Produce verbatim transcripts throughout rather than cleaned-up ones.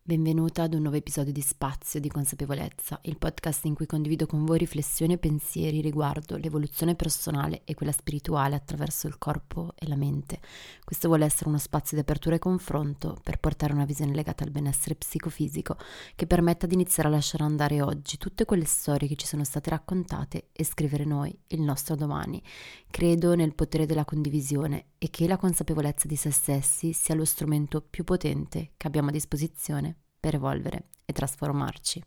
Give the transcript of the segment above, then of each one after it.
Benvenuta ad un nuovo episodio di Spazio di Consapevolezza, il podcast in cui condivido con voi riflessioni e pensieri riguardo l'evoluzione personale e quella spirituale attraverso il corpo e la mente. Questo vuole essere uno spazio di apertura e confronto per portare una visione legata al benessere psicofisico che permetta di iniziare a lasciare andare oggi tutte quelle storie che ci sono state raccontate e scrivere noi il nostro domani. Credo nel potere della condivisione e che la consapevolezza di se stessi sia lo strumento più potente che abbiamo a disposizione per evolvere e trasformarci.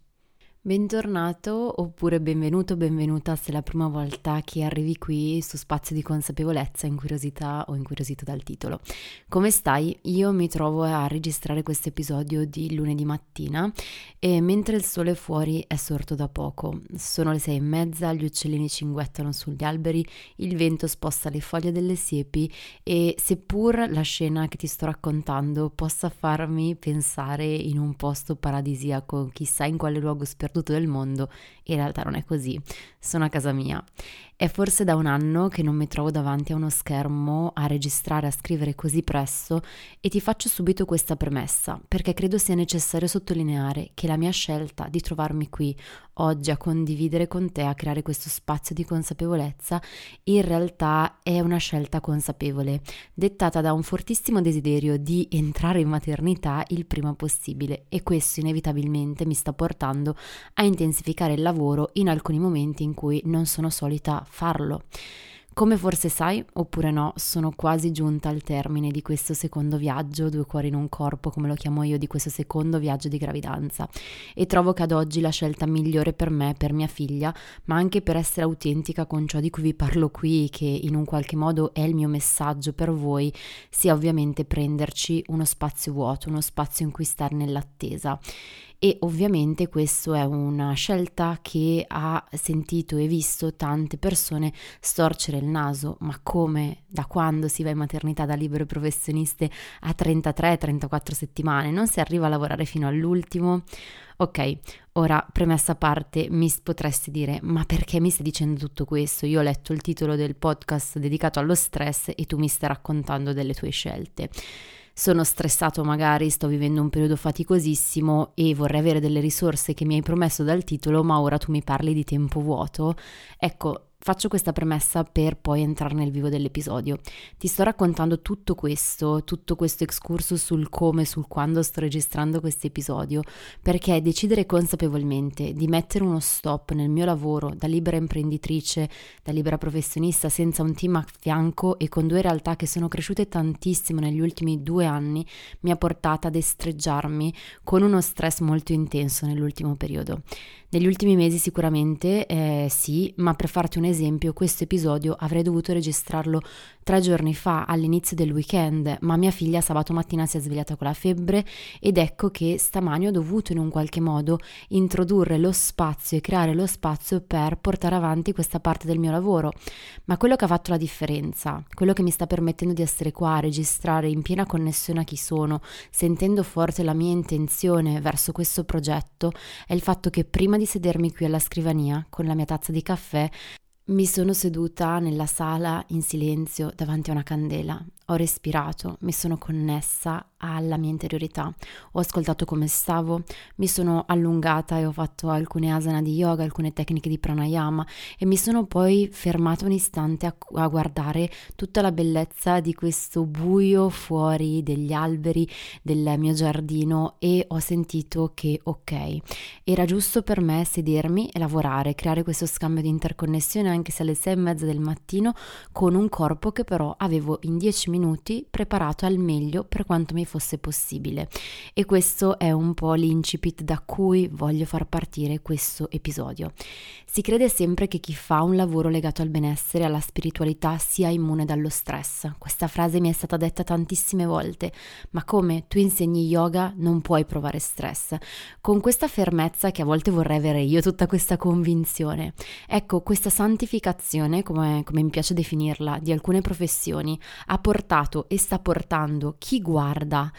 Bentornato oppure benvenuto, benvenuta se è la prima volta che arrivi qui su Spazio di Consapevolezza, incuriosità o incuriosito dal titolo. Come stai? Io mi trovo a registrare questo episodio di lunedì mattina e mentre il sole fuori è sorto da poco. Sono le sei e mezza, gli uccellini cinguettano sugli alberi, il vento sposta le foglie delle siepi e seppur la scena che ti sto raccontando possa farmi pensare in un posto paradisiaco, chissà in quale luogo sperduto del mondo, in realtà non è così, sono a casa mia. È forse da un anno che non mi trovo davanti a uno schermo a registrare, a scrivere così presto e ti faccio subito questa premessa perché credo sia necessario sottolineare che la mia scelta di trovarmi qui oggi a condividere con te, a creare questo spazio di consapevolezza, in realtà è una scelta consapevole, dettata da un fortissimo desiderio di entrare in maternità il prima possibile e questo inevitabilmente mi sta portando a intensificare il lavoro in alcuni momenti in cui non sono solita farlo. Come forse sai, oppure no, sono quasi giunta al termine di questo secondo viaggio, due cuori in un corpo, come lo chiamo io, di questo secondo viaggio di gravidanza e trovo che ad oggi la scelta migliore per me, per mia figlia, ma anche per essere autentica con ciò di cui vi parlo qui, che in un qualche modo è il mio messaggio per voi, sia ovviamente prenderci uno spazio vuoto, uno spazio in cui stare nell'attesa. E ovviamente questo è una scelta che ha sentito e visto tante persone storcere il naso, ma come, da quando si va in maternità da libere professioniste a trentatré trentaquattro settimane, non si arriva a lavorare fino all'ultimo? Ok, ora premessa a parte, mi potresti dire, ma perché mi stai dicendo tutto questo? Io ho letto il titolo del podcast dedicato allo stress e tu mi stai raccontando delle tue scelte. Sono stressato magari, sto vivendo un periodo faticosissimo e vorrei avere delle risorse che mi hai promesso dal titolo, ma ora tu mi parli di tempo vuoto. Ecco, faccio questa premessa per poi entrare nel vivo dell'episodio. Ti sto raccontando tutto questo, tutto questo excursus sul come, sul quando sto registrando questo episodio, perché decidere consapevolmente di mettere uno stop nel mio lavoro da libera imprenditrice, da libera professionista senza un team a fianco e con due realtà che sono cresciute tantissimo negli ultimi due anni, mi ha portata ad estreggiarmi con uno stress molto intenso nell'ultimo periodo. Negli ultimi mesi sicuramente eh, sì, ma per farti un esempio, questo episodio avrei dovuto registrarlo tre giorni fa all'inizio del weekend, ma mia figlia sabato mattina si è svegliata con la febbre ed ecco che stamani ho dovuto in un qualche modo introdurre lo spazio e creare lo spazio per portare avanti questa parte del mio lavoro. Ma quello che ha fatto la differenza, quello che mi sta permettendo di essere qua a registrare in piena connessione a chi sono, sentendo forte la mia intenzione verso questo progetto, è il fatto che prima di sedermi qui alla scrivania con la mia tazza di caffè mi sono seduta nella sala in silenzio davanti a una candela, ho respirato, mi sono connessa alla mia interiorità, ho ascoltato come stavo, mi sono allungata e ho fatto alcune asana di yoga, alcune tecniche di pranayama e mi sono poi fermata un istante a, a guardare tutta la bellezza di questo buio fuori degli alberi del mio giardino e ho sentito che ok, era giusto per me sedermi e lavorare, creare questo scambio di interconnessione anche se alle sei e mezza del mattino con un corpo che però avevo in dieci minuti preparato al meglio per quanto mi fosse possibile e questo è un po' l'incipit da cui voglio far partire questo episodio. Si crede sempre che chi fa un lavoro legato al benessere e alla spiritualità sia immune dallo stress. Questa frase mi è stata detta tantissime volte, ma come tu insegni yoga non puoi provare stress. Con questa fermezza che a volte vorrei avere io, tutta questa convinzione. Ecco, questa santificazione, come, come mi piace definirla, di alcune professioni ha portato e sta portando chi guarda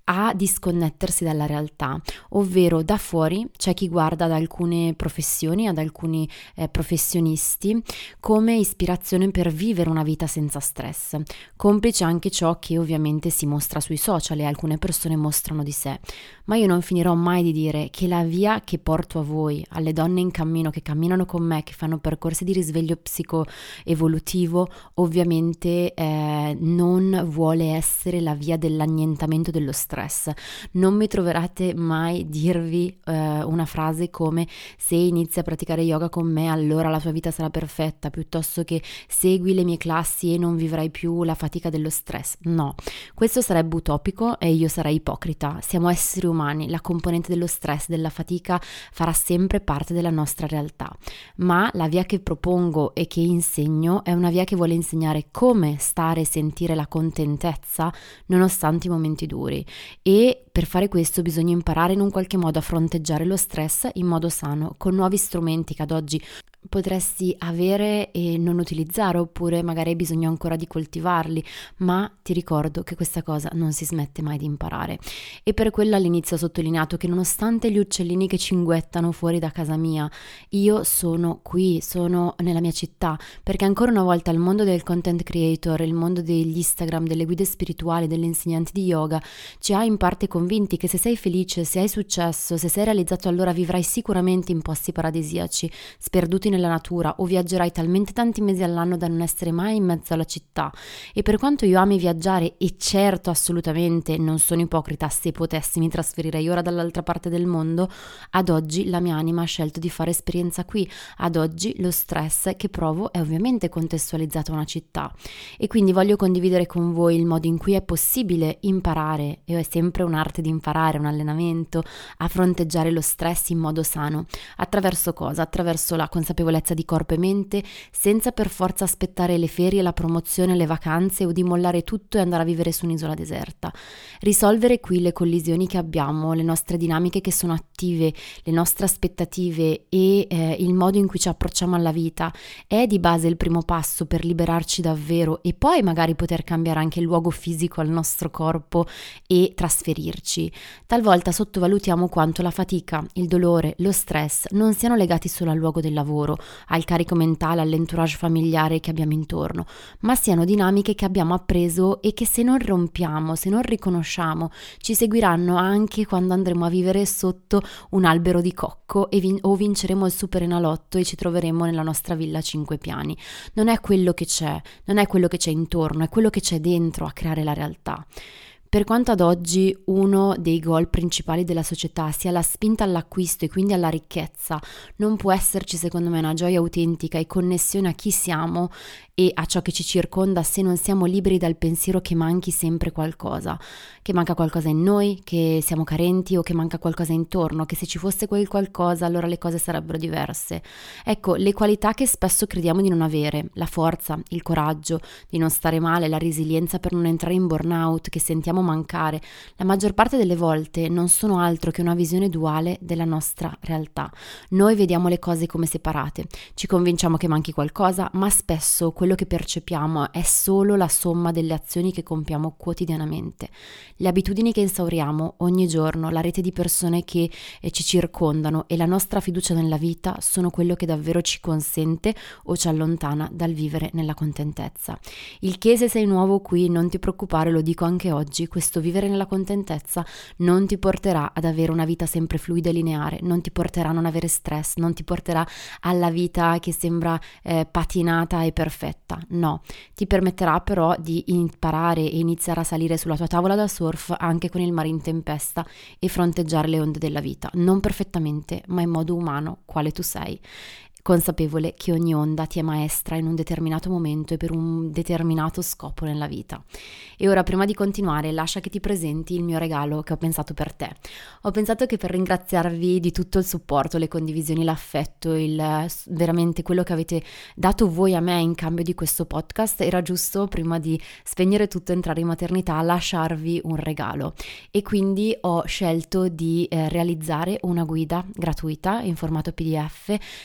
a disconnettersi dalla realtà, ovvero da fuori c'è chi guarda ad alcune professioni, ad alcuni eh, professionisti come ispirazione per vivere una vita senza stress, complice anche ciò che ovviamente si mostra sui social e alcune persone mostrano di sé. Ma io non finirò mai di dire che la via che porto a voi, alle donne in cammino, che camminano con me, che fanno percorsi di risveglio psicoevolutivo, ovviamente eh, non vuole essere la via dell'annientamento dello stress. Non mi troverete mai dirvi eh, una frase come: se inizi a praticare yoga con me allora la tua vita sarà perfetta, piuttosto che segui le mie classi e non vivrai più la fatica dello stress. No, questo sarebbe utopico e io sarei ipocrita. Siamo esseri umani, la componente dello stress, della fatica farà sempre parte della nostra realtà, ma la via che propongo e che insegno è una via che vuole insegnare come stare e sentire la contentezza nonostante i momenti duri, e per fare questo bisogna imparare in un qualche modo a fronteggiare lo stress in modo sano, con nuovi strumenti che ad oggi potresti avere e non utilizzare, oppure magari hai bisogno ancora di coltivarli, ma ti ricordo che questa cosa non si smette mai di imparare. E per quello all'inizio ho sottolineato che nonostante gli uccellini che cinguettano fuori da casa mia, io sono qui, sono nella mia città, perché ancora una volta il mondo del content creator, il mondo degli Instagram, delle guide spirituali, delle insegnanti di yoga ci ha in parte convinti che se sei felice, se hai successo, se sei realizzato, allora vivrai sicuramente in posti paradisiaci, sperduti nella natura, o viaggerai talmente tanti mesi all'anno da non essere mai in mezzo alla città. E per quanto io ami viaggiare, e certo assolutamente non sono ipocrita, se potessi mi trasferirei ora dall'altra parte del mondo, ad oggi la mia anima ha scelto di fare esperienza qui. Ad oggi lo stress che provo è ovviamente contestualizzato a una città, e quindi voglio condividere con voi il modo in cui è possibile imparare, e è sempre un'arte di imparare, un allenamento, a fronteggiare lo stress in modo sano. Attraverso cosa? Attraverso la consapevolezza di corpo e mente, senza per forza aspettare le ferie, la promozione, le vacanze, o di mollare tutto e andare a vivere su un'isola deserta. Risolvere qui le collisioni che abbiamo, le nostre dinamiche che sono attive, le nostre aspettative e eh, il modo in cui ci approcciamo alla vita è di base il primo passo per liberarci davvero, e poi magari poter cambiare anche il luogo fisico al nostro corpo e trasferirci. Talvolta sottovalutiamo quanto la fatica, il dolore, lo stress non siano legati solo al luogo del lavoro, al carico mentale, all'entourage familiare che abbiamo intorno, ma siano dinamiche che abbiamo appreso e che, se non rompiamo, se non riconosciamo, ci seguiranno anche quando andremo a vivere sotto un albero di cocco e vin- o vinceremo il Superenalotto e ci troveremo nella nostra villa a cinque piani. Non è quello che c'è, non è quello che c'è intorno, è quello che c'è dentro a creare la realtà. Per quanto ad oggi uno dei goal principali della società sia la spinta all'acquisto e quindi alla ricchezza, non può esserci secondo me una gioia autentica e connessione a chi siamo e a ciò che ci circonda se non siamo liberi dal pensiero che manchi sempre qualcosa, che manca qualcosa in noi, che siamo carenti, o che manca qualcosa intorno, che se ci fosse quel qualcosa allora le cose sarebbero diverse. Ecco, le qualità che spesso crediamo di non avere, la forza, il coraggio di non stare male, la resilienza per non entrare in burnout che sentiamo mancare, la maggior parte delle volte non sono altro che una visione duale della nostra realtà. Noi vediamo le cose come separate, ci convinciamo che manchi qualcosa, ma spesso quello che percepiamo è solo la somma delle azioni che compiamo quotidianamente, le abitudini che instauriamo ogni giorno, la rete di persone che eh, ci circondano e la nostra fiducia nella vita sono quello che davvero ci consente o ci allontana dal vivere nella contentezza. Il che, se sei nuovo qui, non ti preoccupare, lo dico anche oggi, questo vivere nella contentezza non ti porterà ad avere una vita sempre fluida e lineare, non ti porterà a non avere stress, non ti porterà alla vita che sembra eh, patinata e perfetta. No, ti permetterà però di imparare e iniziare a salire sulla tua tavola da surf anche con il mare in tempesta e fronteggiare le onde della vita, non perfettamente, ma in modo umano, quale tu sei, consapevole che ogni onda ti è maestra in un determinato momento e per un determinato scopo nella vita. E ora, prima di continuare, lascia che ti presenti il mio regalo che ho pensato per te. Ho pensato che per ringraziarvi di tutto il supporto, le condivisioni, l'affetto, il veramente quello che avete dato voi a me in cambio di questo podcast, era giusto, prima di spegnere tutto e entrare in maternità, lasciarvi un regalo. E quindi ho scelto di eh, realizzare una guida gratuita in formato P D F da scaricare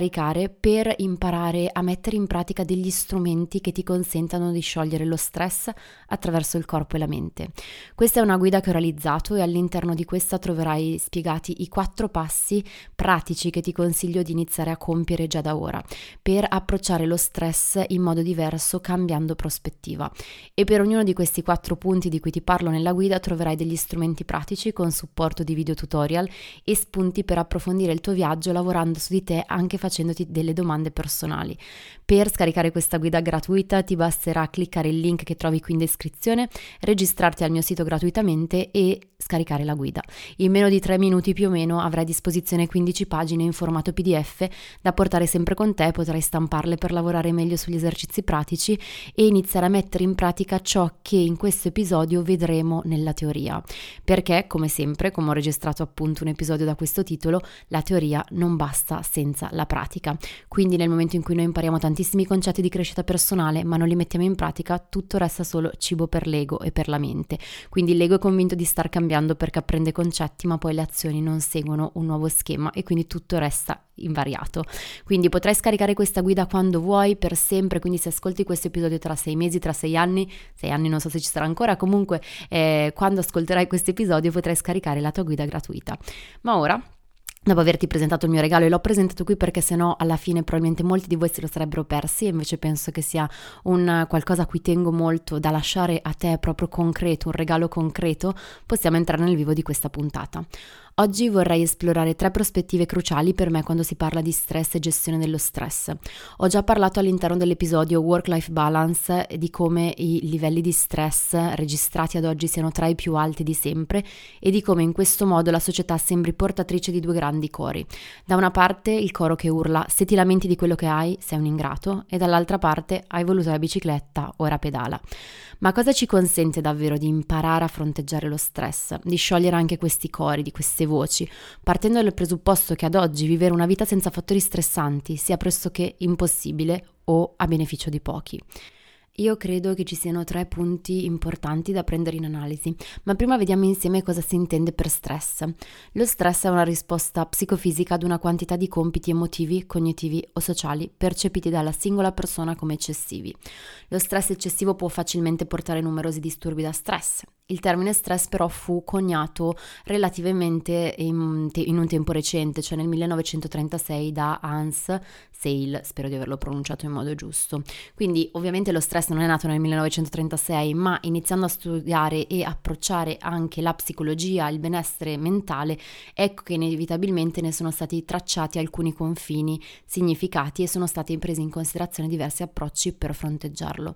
scaricare per imparare a mettere in pratica degli strumenti che ti consentano di sciogliere lo stress attraverso il corpo e la mente. Questa è una guida che ho realizzato e all'interno di questa troverai spiegati i quattro passi pratici che ti consiglio di iniziare a compiere già da ora per approcciare lo stress in modo diverso, cambiando prospettiva. E per ognuno di questi quattro punti di cui ti parlo nella guida troverai degli strumenti pratici con supporto di video tutorial e spunti per approfondire il tuo viaggio lavorando su di te, anche facendoti delle domande personali. Per scaricare questa guida gratuita ti basterà cliccare il link che trovi qui in descrizione, registrarti al mio sito gratuitamente e scaricare la guida. In meno di tre minuti più o meno avrai a disposizione quindici pagine in formato P D F da portare sempre con te, potrai stamparle per lavorare meglio sugli esercizi pratici e iniziare a mettere in pratica ciò che in questo episodio vedremo nella teoria. Perché, come sempre, come ho registrato appunto un episodio da questo titolo, la teoria non basta senza la pratica. Quindi nel momento in cui noi impariamo tantissimi concetti di crescita personale ma non li mettiamo in pratica, tutto resta solo cibo per l'ego e per la mente. Quindi l'ego è convinto di star cambiando perché apprende concetti, ma poi le azioni non seguono un nuovo schema e quindi tutto resta invariato. Quindi potrai scaricare questa guida quando vuoi, per sempre, quindi se ascolti questo episodio tra sei mesi, tra sei anni, sei anni non so se ci sarà ancora, comunque eh, quando ascolterai questo episodio potrai scaricare la tua guida gratuita. Ma ora, dopo averti presentato il mio regalo, e l'ho presentato qui perché sennò alla fine probabilmente molti di voi se lo sarebbero persi, e invece penso che sia un qualcosa a cui tengo molto da lasciare a te, proprio concreto, un regalo concreto, possiamo entrare nel vivo di questa puntata. Oggi vorrei esplorare tre prospettive cruciali per me quando si parla di stress e gestione dello stress. Ho già parlato all'interno dell'episodio Work-Life Balance di come i livelli di stress registrati ad oggi siano tra i più alti di sempre e di come in questo modo la società sembri portatrice di due grandi cori. Da una parte il coro che urla "se ti lamenti di quello che hai, sei un ingrato", e dall'altra parte "hai voluto la bicicletta, ora pedala". Ma cosa ci consente davvero di imparare a fronteggiare lo stress, di sciogliere anche questi cori, di queste voci, partendo dal presupposto che ad oggi vivere una vita senza fattori stressanti sia pressoché impossibile o a beneficio di pochi? Io credo che ci siano tre punti importanti da prendere in analisi, ma prima vediamo insieme cosa si intende per stress. Lo stress è una risposta psicofisica ad una quantità di compiti emotivi, cognitivi o sociali percepiti dalla singola persona come eccessivi. Lo stress eccessivo può facilmente portare numerosi disturbi da stress. Il termine stress però fu coniato relativamente in, in un tempo recente, cioè nel millenovecentotrentasei da Hans Seil, spero di averlo pronunciato in modo giusto. Quindi ovviamente lo stress non è nato nel millenovecentotrentasei, ma iniziando a studiare e approcciare anche la psicologia, il benessere mentale, ecco che inevitabilmente ne sono stati tracciati alcuni confini significati e sono stati presi in considerazione diversi approcci per fronteggiarlo.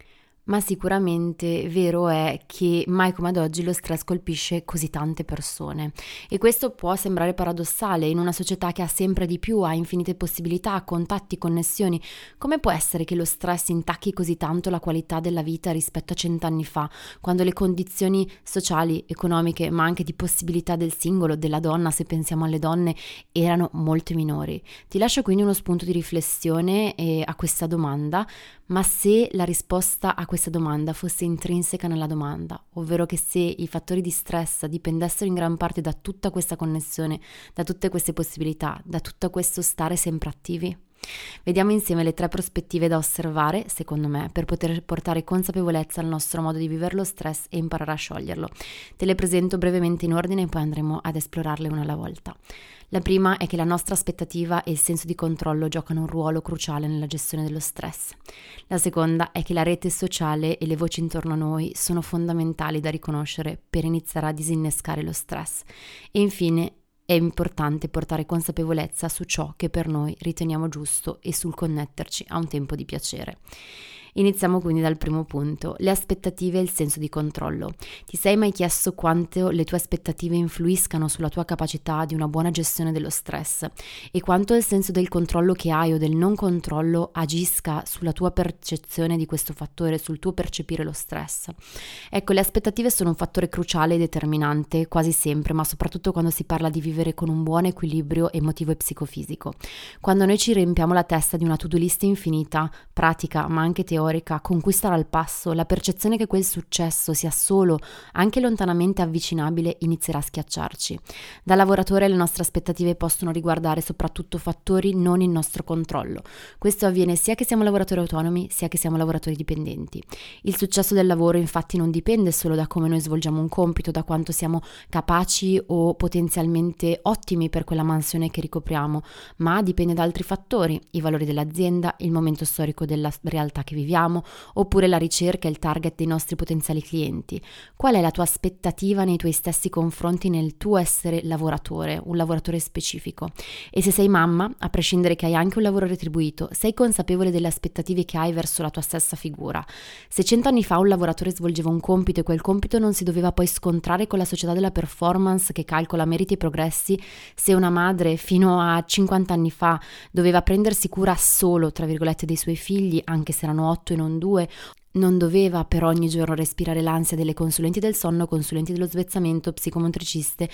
Ma sicuramente vero è che mai come ad oggi lo stress colpisce così tante persone e questo può sembrare paradossale in una società che ha sempre di più, ha infinite possibilità, contatti, connessioni. Come può essere che lo stress intacchi così tanto la qualità della vita rispetto a cent'anni fa, quando le condizioni sociali, economiche, ma anche di possibilità del singolo, della donna, se pensiamo alle donne, erano molto minori? Ti lascio quindi uno spunto di riflessione eh, a questa domanda. Ma se la risposta a questa domanda fosse intrinseca nella domanda, ovvero che se i fattori di stress dipendessero in gran parte da tutta questa connessione, da tutte queste possibilità, da tutto questo stare sempre attivi? Vediamo insieme le tre prospettive da osservare, secondo me, per poter portare consapevolezza al nostro modo di vivere lo stress e imparare a scioglierlo. Te le presento brevemente in ordine e poi andremo ad esplorarle una alla volta. La prima è che la nostra aspettativa e il senso di controllo giocano un ruolo cruciale nella gestione dello stress. La seconda è che la rete sociale e le voci intorno a noi sono fondamentali da riconoscere per iniziare a disinnescare lo stress. E infine è importante portare consapevolezza su ciò che per noi riteniamo giusto e sul connetterci a un tempo di piacere. Iniziamo quindi dal primo punto, le aspettative e il senso di controllo. Ti sei mai chiesto quanto le tue aspettative influiscano sulla tua capacità di una buona gestione dello stress e quanto il senso del controllo che hai o del non controllo agisca sulla tua percezione di questo fattore, sul tuo percepire lo stress? Ecco, le aspettative sono un fattore cruciale e determinante quasi sempre, ma soprattutto quando si parla di vivere con un buon equilibrio emotivo e psicofisico. Quando noi ci riempiamo la testa di una to-do list infinita, pratica ma anche teorica, teorica, conquistare al passo, la percezione che quel successo sia solo, anche lontanamente avvicinabile, inizierà a schiacciarci. Da lavoratore le nostre aspettative possono riguardare soprattutto fattori non in nostro controllo. Questo avviene sia che siamo lavoratori autonomi, sia che siamo lavoratori dipendenti. Il successo del lavoro infatti non dipende solo da come noi svolgiamo un compito, da quanto siamo capaci o potenzialmente ottimi per quella mansione che ricopriamo, ma dipende da altri fattori, i valori dell'azienda, il momento storico della realtà che viviamo, oppure la ricerca e il target dei nostri potenziali clienti. Qual è la tua aspettativa nei tuoi stessi confronti nel tuo essere lavoratore, un lavoratore specifico? E se sei mamma, a prescindere che hai anche un lavoro retribuito, sei consapevole delle aspettative che hai verso la tua stessa figura? Se cento anni fa un lavoratore svolgeva un compito e quel compito non si doveva poi scontrare con la società della performance che calcola meriti e progressi, se una madre fino a cinquanta anni fa doveva prendersi cura solo, tra virgolette, dei suoi figli, anche se erano otto e non due, non doveva per ogni giorno respirare l'ansia delle consulenti del sonno, consulenti dello svezzamento, psicomotriciste,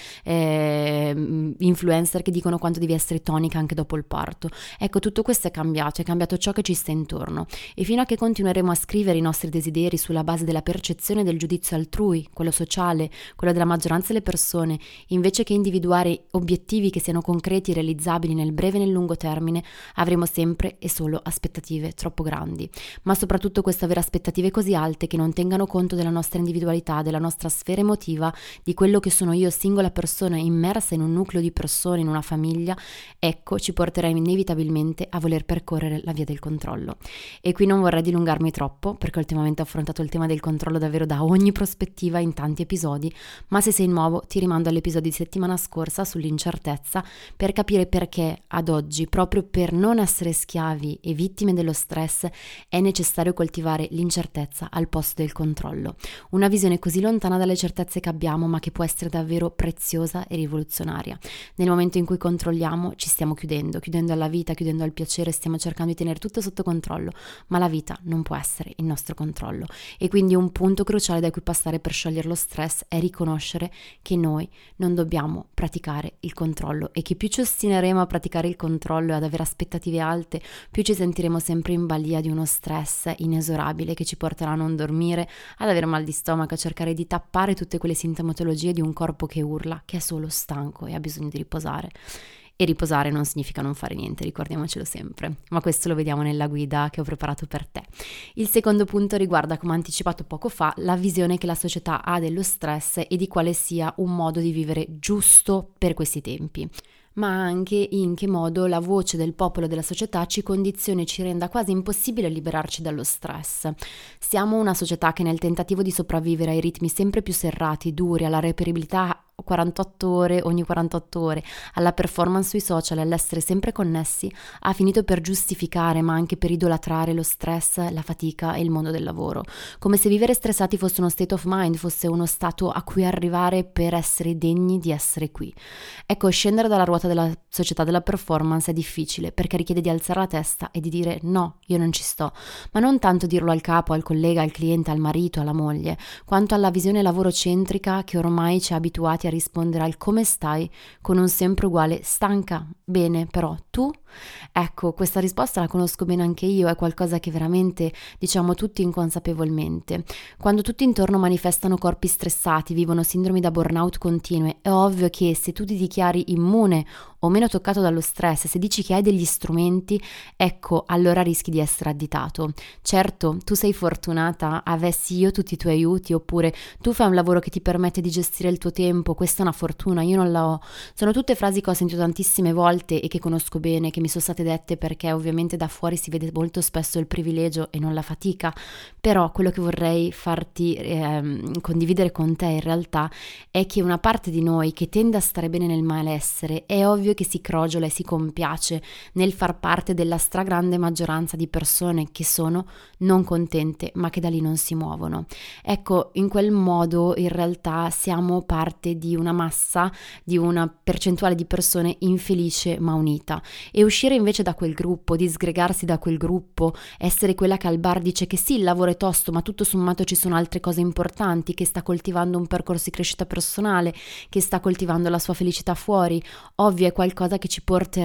eh, influencer che dicono quanto devi essere tonica anche dopo il parto. Ecco, tutto questo è cambiato, è cambiato ciò che ci sta intorno, e fino a che continueremo a scrivere i nostri desideri sulla base della percezione del giudizio altrui, quello sociale, quello della maggioranza delle persone, invece che individuare obiettivi che siano concreti e realizzabili nel breve e nel lungo termine, avremo sempre e solo aspettative troppo grandi. Ma soprattutto questo avere aspettative così alte che non tengano conto della nostra individualità, della nostra sfera emotiva, di quello che sono io singola persona immersa in un nucleo di persone, in una famiglia, ecco, ci porterà inevitabilmente a voler percorrere la via del controllo. E qui non vorrei dilungarmi troppo, perché ultimamente ho affrontato il tema del controllo davvero da ogni prospettiva in tanti episodi, ma se sei nuovo ti rimando all'episodio di settimana scorsa sull'incertezza per capire perché ad oggi, proprio per non essere schiavi e vittime dello stress, è necessario coltivare l'incertezza certezza al posto del controllo. Una visione così lontana dalle certezze che abbiamo, ma che può essere davvero preziosa e rivoluzionaria. Nel momento in cui controlliamo, ci stiamo chiudendo, chiudendo alla vita, chiudendo al piacere, stiamo cercando di tenere tutto sotto controllo, ma la vita non può essere il nostro controllo. E quindi un punto cruciale da cui passare per sciogliere lo stress è riconoscere che noi non dobbiamo praticare il controllo, e che più ci ostineremo a praticare il controllo e ad avere aspettative alte, più ci sentiremo sempre in balia di uno stress inesorabile che ci porterà a non dormire, ad avere mal di stomaco, a cercare di tappare tutte quelle sintomatologie di un corpo che urla, che è solo stanco e ha bisogno di riposare. E riposare non significa non fare niente, ricordiamocelo sempre, ma questo lo vediamo nella guida che ho preparato per te. Il secondo punto riguarda, come anticipato poco fa, la visione che la società ha dello stress e di quale sia un modo di vivere giusto per questi tempi, ma anche in che modo la voce del popolo e della società ci condizioni e ci renda quasi impossibile liberarci dallo stress. Siamo una società che nel tentativo di sopravvivere ai ritmi sempre più serrati, duri, alla reperibilità quarantotto ore ogni quarantotto ore, alla performance sui social, all'essere sempre connessi, ha finito per giustificare ma anche per idolatrare lo stress, la fatica e il mondo del lavoro, come se vivere stressati fosse uno state of mind, fosse uno stato a cui arrivare per essere degni di essere qui. Ecco, scendere dalla ruota della società della performance è difficile, perché richiede di alzare la testa e di dire no, io non ci sto, ma non tanto dirlo al capo, al collega, al cliente, al marito, alla moglie, quanto alla visione lavorocentrica che ormai ci ha abituati a rispondere al come stai con un sempre uguale stanca, bene, però tu? Ecco, questa risposta la conosco bene anche io, è qualcosa che veramente diciamo tutti inconsapevolmente. Quando tutti intorno manifestano corpi stressati, vivono sindromi da burnout continue, è ovvio che se tu ti dichiari immune o meno toccato dallo stress, se dici che hai degli strumenti, ecco, allora rischi di essere additato. Certo, tu sei fortunata, avessi io tutti i tuoi aiuti, oppure tu fai un lavoro che ti permette di gestire il tuo tempo, questa è una fortuna, io non la ho. Sono tutte frasi che ho sentito tantissime volte e che conosco bene, che mi sono state dette perché ovviamente da fuori si vede molto spesso il privilegio e non la fatica, però quello che vorrei farti eh, condividere con te in realtà è che una parte di noi che tende a stare bene nel malessere è ovvio che si crogiola e si compiace nel far parte della stragrande maggioranza di persone che sono non contente ma che da lì non si muovono. Ecco, in quel modo in realtà siamo parte di una massa, di una percentuale di persone infelice ma unita, e uscire invece da quel gruppo, disgregarsi da quel gruppo, essere quella che al bar dice che sì, il lavoro è tosto ma tutto sommato ci sono altre cose importanti, che sta coltivando un percorso di crescita personale, che sta coltivando la sua felicità fuori, ovvio è qualcosa che ci porterà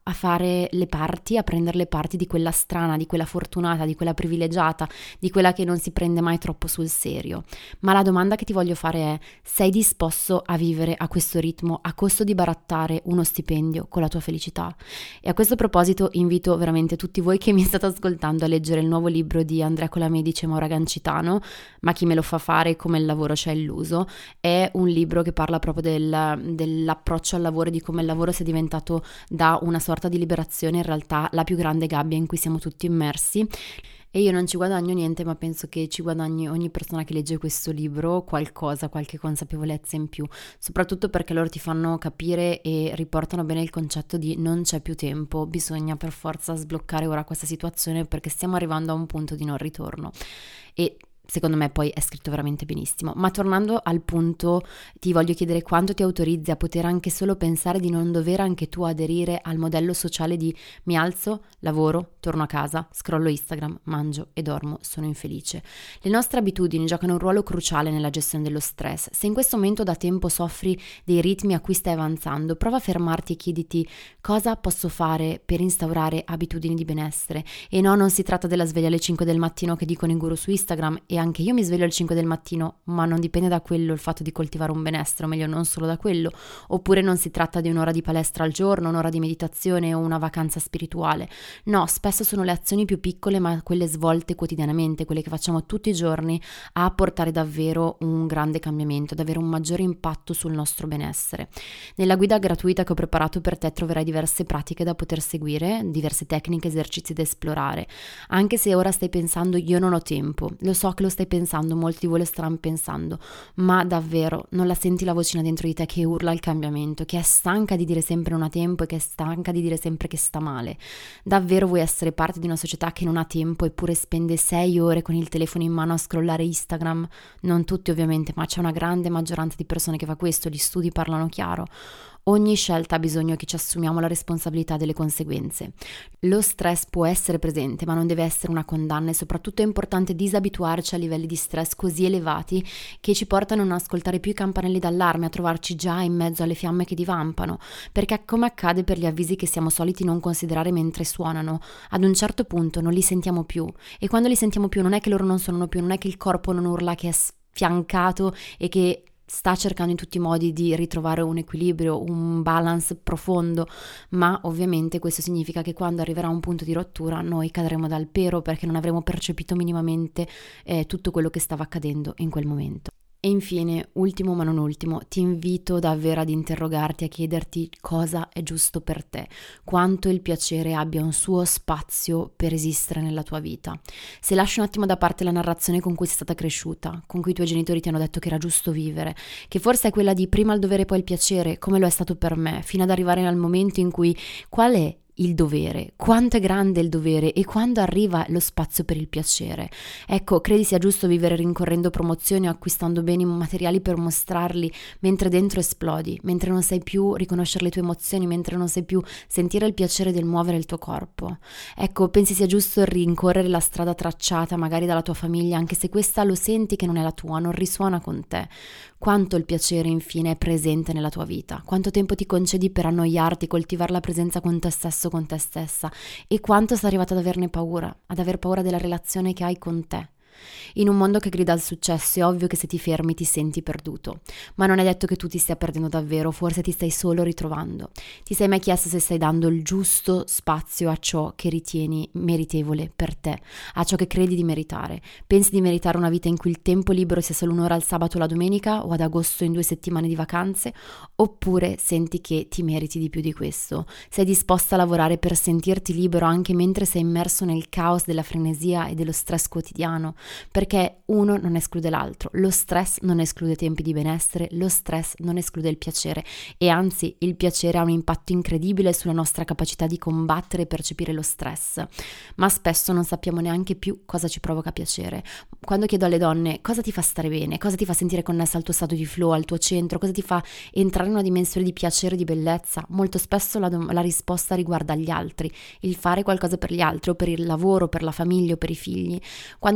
a fare le parti, a prendere le parti di quella strana, di quella fortunata, di quella privilegiata, di quella che non si prende mai troppo sul serio. Ma la domanda che ti voglio fare è: sei disposto a vivere a questo ritmo a costo di barattare uno stipendio con la tua felicità? E a questo proposito invito veramente tutti voi che mi state ascoltando a leggere il nuovo libro di Andrea Colamedici e Maura Gancitano, Ma chi me lo fa fare, come il lavoro ci ha illuso. È un libro che parla proprio del, dell'approccio al lavoro e di come il lavoro sia diventato da una sorta di liberazione in realtà la più grande gabbia in cui siamo tutti immersi. E io non ci guadagno niente, ma penso che ci guadagni ogni persona che legge questo libro qualcosa, qualche consapevolezza in più, soprattutto perché loro ti fanno capire e riportano bene il concetto di non c'è più tempo, bisogna per forza sbloccare ora questa situazione perché stiamo arrivando a un punto di non ritorno. E secondo me poi è scritto veramente benissimo. Ma tornando al punto, ti voglio chiedere quanto ti autorizzi a poter anche solo pensare di non dover anche tu aderire al modello sociale di mi alzo, lavoro, torno a casa, scrollo Instagram, mangio e dormo, sono infelice. Le nostre abitudini giocano un ruolo cruciale nella gestione dello stress. Se in questo momento da tempo soffri dei ritmi a cui stai avanzando, prova a fermarti e chiediti cosa posso fare per instaurare abitudini di benessere. E no, non si tratta della sveglia alle cinque del mattino che dicono i guru su Instagram, e anche io mi sveglio alle cinque del mattino, ma non dipende da quello il fatto di coltivare un benessere, o meglio non solo da quello. Oppure non si tratta di un'ora di palestra al giorno, un'ora di meditazione o una vacanza spirituale. No, spesso sono le azioni più piccole ma quelle svolte quotidianamente, quelle che facciamo tutti i giorni, a portare davvero un grande cambiamento, ad avere un maggiore impatto sul nostro benessere. Nella guida gratuita che ho preparato per te troverai diverse pratiche da poter seguire, diverse tecniche, esercizi da esplorare. Anche se ora stai pensando io non ho tempo, lo so che lo stai pensando, molti di voi lo staranno pensando, ma davvero non la senti la vocina dentro di te che urla il cambiamento, che è stanca di dire sempre non ha tempo e che è stanca di dire sempre che sta male? Davvero vuoi essere parte di una società che non ha tempo eppure spende sei ore con il telefono in mano a scrollare Instagram? Non tutti ovviamente, ma c'è una grande maggioranza di persone che fa questo, gli studi parlano chiaro. Ogni scelta ha bisogno che ci assumiamo la responsabilità delle conseguenze. Lo stress può essere presente, ma non deve essere una condanna, e soprattutto è importante disabituarci a livelli di stress così elevati che ci portano a non ascoltare più i campanelli d'allarme, a trovarci già in mezzo alle fiamme che divampano, perché come accade per gli avvisi che siamo soliti non considerare mentre suonano, ad un certo punto non li sentiamo più, e quando li sentiamo più non è che loro non suonano più, non è che il corpo non urla, che è sfiancato e che sta cercando in tutti i modi di ritrovare un equilibrio, un balance profondo, ma ovviamente questo significa che quando arriverà un punto di rottura noi cadremo dal pero perché non avremo percepito minimamente eh, tutto quello che stava accadendo in quel momento. E infine, ultimo ma non ultimo, ti invito davvero ad interrogarti, a chiederti cosa è giusto per te, quanto il piacere abbia un suo spazio per esistere nella tua vita. Se lasci un attimo da parte la narrazione con cui sei stata cresciuta, con cui i tuoi genitori ti hanno detto che era giusto vivere, che forse è quella di prima il dovere poi il piacere, come lo è stato per me, fino ad arrivare al momento in cui qual è il dovere, quanto è grande il dovere e quando arriva lo spazio per il piacere. Ecco, credi sia giusto vivere rincorrendo promozioni o acquistando beni materiali per mostrarli mentre dentro esplodi, mentre non sai più riconoscere le tue emozioni, mentre non sai più sentire il piacere del muovere il tuo corpo? Ecco, pensi sia giusto rincorrere la strada tracciata magari dalla tua famiglia, anche se questa lo senti che non è la tua, non risuona con te? Quanto il piacere infine è presente nella tua vita? Quanto tempo ti concedi per annoiarti, coltivare la presenza con te stesso, con te stessa? E quanto sei arrivato ad averne paura, ad aver paura della relazione che hai con te? In un mondo che grida al successo è ovvio che se ti fermi ti senti perduto, ma non è detto che tu ti stia perdendo davvero, forse ti stai solo ritrovando. Ti sei mai chiesto se stai dando il giusto spazio a ciò che ritieni meritevole per te, a ciò che credi di meritare? Pensi di meritare una vita in cui il tempo libero sia solo un'ora al sabato o la domenica, o ad agosto in due settimane di vacanze? Oppure senti che ti meriti di più di questo? Sei disposta a lavorare per sentirti libero anche mentre sei immerso nel caos della frenesia e dello stress quotidiano? Perché uno non esclude l'altro, lo stress non esclude tempi di benessere, lo stress non esclude il piacere, e anzi il piacere ha un impatto incredibile sulla nostra capacità di combattere e percepire lo stress, ma spesso non sappiamo neanche più cosa ci provoca piacere. Quando chiedo alle donne cosa ti fa stare bene, cosa ti fa sentire connessa al tuo stato di flow, al tuo centro, cosa ti fa entrare in una dimensione di piacere, di bellezza, molto spesso la, la risposta riguarda gli altri, il fare qualcosa per gli altri o per il lavoro, per la famiglia o per i figli, quando invece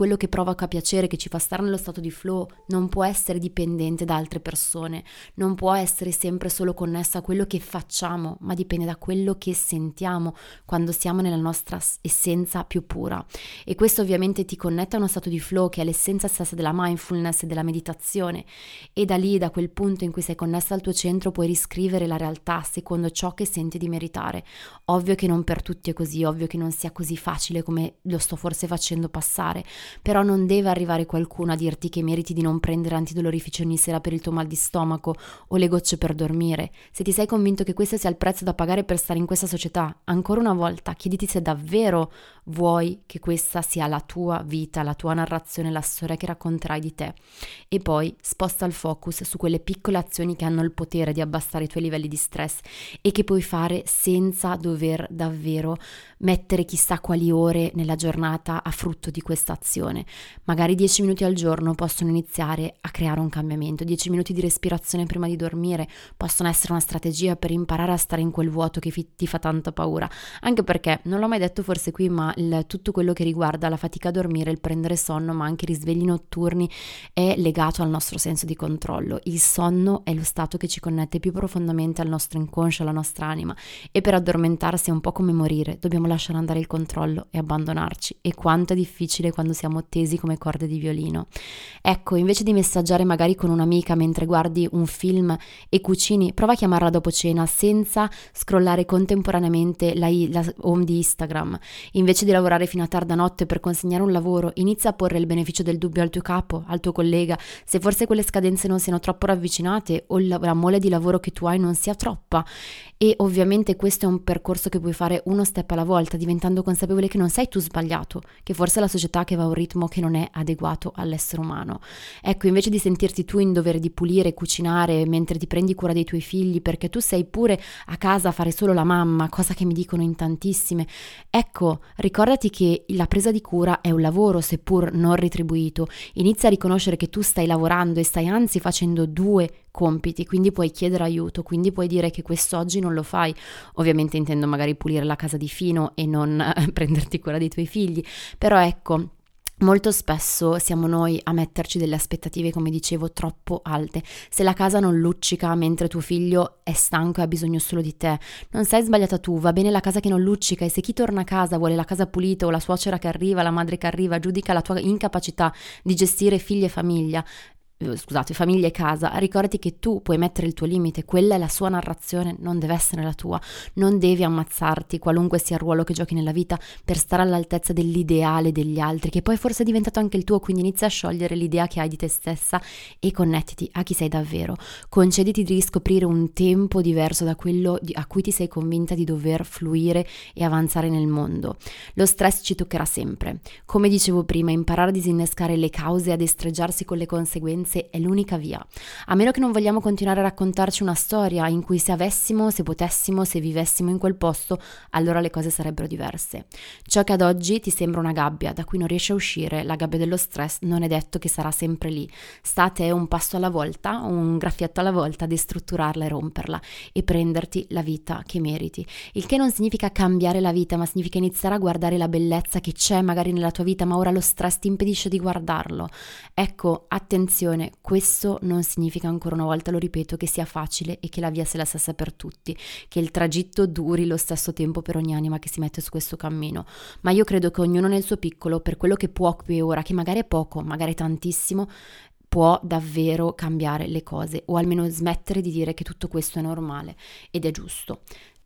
quello che provoca piacere, che ci fa stare nello stato di flow, non può essere dipendente da altre persone, non può essere sempre solo connessa a quello che facciamo, ma dipende da quello che sentiamo quando siamo nella nostra essenza più pura. E questo ovviamente ti connette a uno stato di flow che è l'essenza stessa della mindfulness e della meditazione, e da lì, da quel punto in cui sei connessa al tuo centro, puoi riscrivere la realtà secondo ciò che senti di meritare. Ovvio che non per tutti è così, ovvio che non sia così facile come lo sto forse facendo passare, però non deve arrivare qualcuno a dirti che meriti di non prendere antidolorifici ogni sera per il tuo mal di stomaco o le gocce per dormire. Se ti sei convinto che questo sia il prezzo da pagare per stare in questa società, ancora una volta chiediti se davvero vuoi che questa sia la tua vita, la tua narrazione, la storia che racconterai di te. E poi sposta il focus su quelle piccole azioni che hanno il potere di abbassare i tuoi livelli di stress e che puoi fare senza dover davvero mettere chissà quali ore nella giornata a frutto di questa azione. Magari dieci minuti al giorno possono iniziare a creare un cambiamento. dieci minuti di respirazione prima di dormire possono essere una strategia per imparare a stare in quel vuoto che fi- ti fa tanta paura. Anche perché, non l'ho mai detto forse qui, ma il, tutto quello che riguarda la fatica a dormire, il prendere sonno, ma anche i risvegli notturni è legato al nostro senso di controllo. Il sonno è lo stato che ci connette più profondamente al nostro inconscio, alla nostra anima, e per addormentarsi è un po' come morire, dobbiamo lasciare andare il controllo e abbandonarci. E quanto è difficile quando siamo tesi come corde di violino. Ecco, invece di messaggiare magari con un'amica mentre guardi un film e cucini, prova a chiamarla dopo cena senza scrollare contemporaneamente la, la home di Instagram. Invece di lavorare fino a tarda notte per consegnare un lavoro, inizia a porre il beneficio del dubbio al tuo capo, al tuo collega, se forse quelle scadenze non siano troppo ravvicinate o la, la mole di lavoro che tu hai non sia troppa. E ovviamente questo è un percorso che puoi fare uno step alla volta, diventando consapevole che non sei tu sbagliato, che forse è la società che va a un ritmo che non è adeguato all'essere umano. Ecco, invece di sentirti tu in dovere di pulire e cucinare mentre ti prendi cura dei tuoi figli, perché tu sei pure a casa a fare solo la mamma, cosa che mi dicono in tantissime, ecco, ricordati che la presa di cura è un lavoro seppur non retribuito. Inizia a riconoscere che tu stai lavorando e stai anzi facendo due compiti, quindi puoi chiedere aiuto, quindi puoi dire che quest'oggi non lo fai. Ovviamente intendo magari pulire la casa di Fino e non eh, prenderti cura dei tuoi figli, però ecco, molto spesso siamo noi a metterci delle aspettative, come dicevo, troppo alte. Se la casa non luccica mentre tuo figlio è stanco e ha bisogno solo di te, non sei sbagliata tu, va bene la casa che non luccica, e se chi torna a casa vuole la casa pulita o la suocera che arriva, la madre che arriva, giudica la tua incapacità di gestire figli e famiglia, scusate, famiglia e casa, ricordati che tu puoi mettere il tuo limite, quella è la sua narrazione, non deve essere la tua. Non devi ammazzarti, qualunque sia il ruolo che giochi nella vita, per stare all'altezza dell'ideale degli altri, che poi forse è diventato anche il tuo, quindi inizia a sciogliere l'idea che hai di te stessa e connettiti a chi sei davvero. Concediti di riscoprire un tempo diverso da quello a cui ti sei convinta di dover fluire e avanzare nel mondo. Lo stress ci toccherà sempre. Come dicevo prima, imparare a disinnescare le cause e a destreggiarsi con le conseguenze è l'unica via, a meno che non vogliamo continuare a raccontarci una storia in cui se avessimo, se potessimo, se vivessimo in quel posto, allora le cose sarebbero diverse. Ciò che ad oggi ti sembra una gabbia da cui non riesci a uscire, la gabbia dello stress, non è detto che sarà sempre lì. Sta a te un passo alla volta, un graffietto alla volta, destrutturarla e romperla e prenderti la vita che meriti. Il che non significa cambiare la vita, ma significa iniziare a guardare la bellezza che c'è magari nella tua vita, ma ora lo stress ti impedisce di guardarlo. Ecco, attenzione, questo non significa, ancora una volta lo ripeto, che sia facile e che la via sia la stessa per tutti, che il tragitto duri lo stesso tempo per ogni anima che si mette su questo cammino, ma io credo che ognuno nel suo piccolo, per quello che può qui e ora, che magari è poco, magari è tantissimo, può davvero cambiare le cose, o almeno smettere di dire che tutto questo è normale ed è giusto.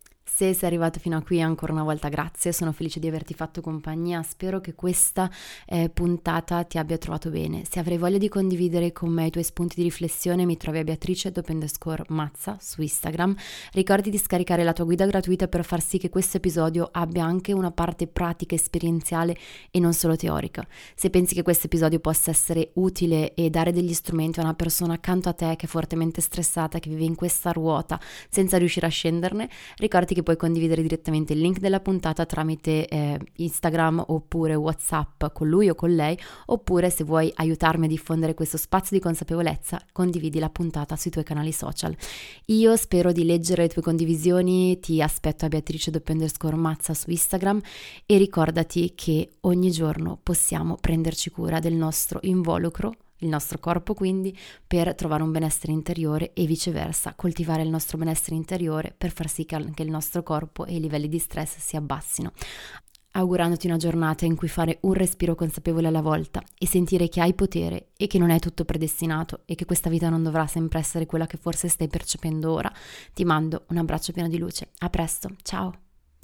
Se sei arrivato fino a qui, ancora una volta grazie, sono felice di averti fatto compagnia, spero che questa eh, puntata ti abbia trovato bene. Se avrai voglia di condividere con me i tuoi spunti di riflessione, mi trovi a Beatrice dopo underscore Mazza su Instagram. Ricordi di scaricare la tua guida gratuita per far sì che questo episodio abbia anche una parte pratica, esperienziale e non solo teorica. Se pensi che questo episodio possa essere utile e dare degli strumenti a una persona accanto a te che è fortemente stressata, che vive in questa ruota senza riuscire a scenderne, ricordati che puoi condividere direttamente il link della puntata tramite eh, Instagram oppure WhatsApp con lui o con lei, oppure se vuoi aiutarmi a diffondere questo spazio di consapevolezza, condividi la puntata sui tuoi canali social. Io spero di leggere le tue condivisioni, ti aspetto a Beatrice doppio underscore Mazza su Instagram e ricordati che ogni giorno possiamo prenderci cura del nostro involucro, il nostro corpo quindi, per trovare un benessere interiore e viceversa, coltivare il nostro benessere interiore per far sì che anche il nostro corpo e i livelli di stress si abbassino. Augurandoti una giornata in cui fare un respiro consapevole alla volta e sentire che hai potere e che non è tutto predestinato e che questa vita non dovrà sempre essere quella che forse stai percependo ora. Ti mando un abbraccio pieno di luce. A presto, ciao!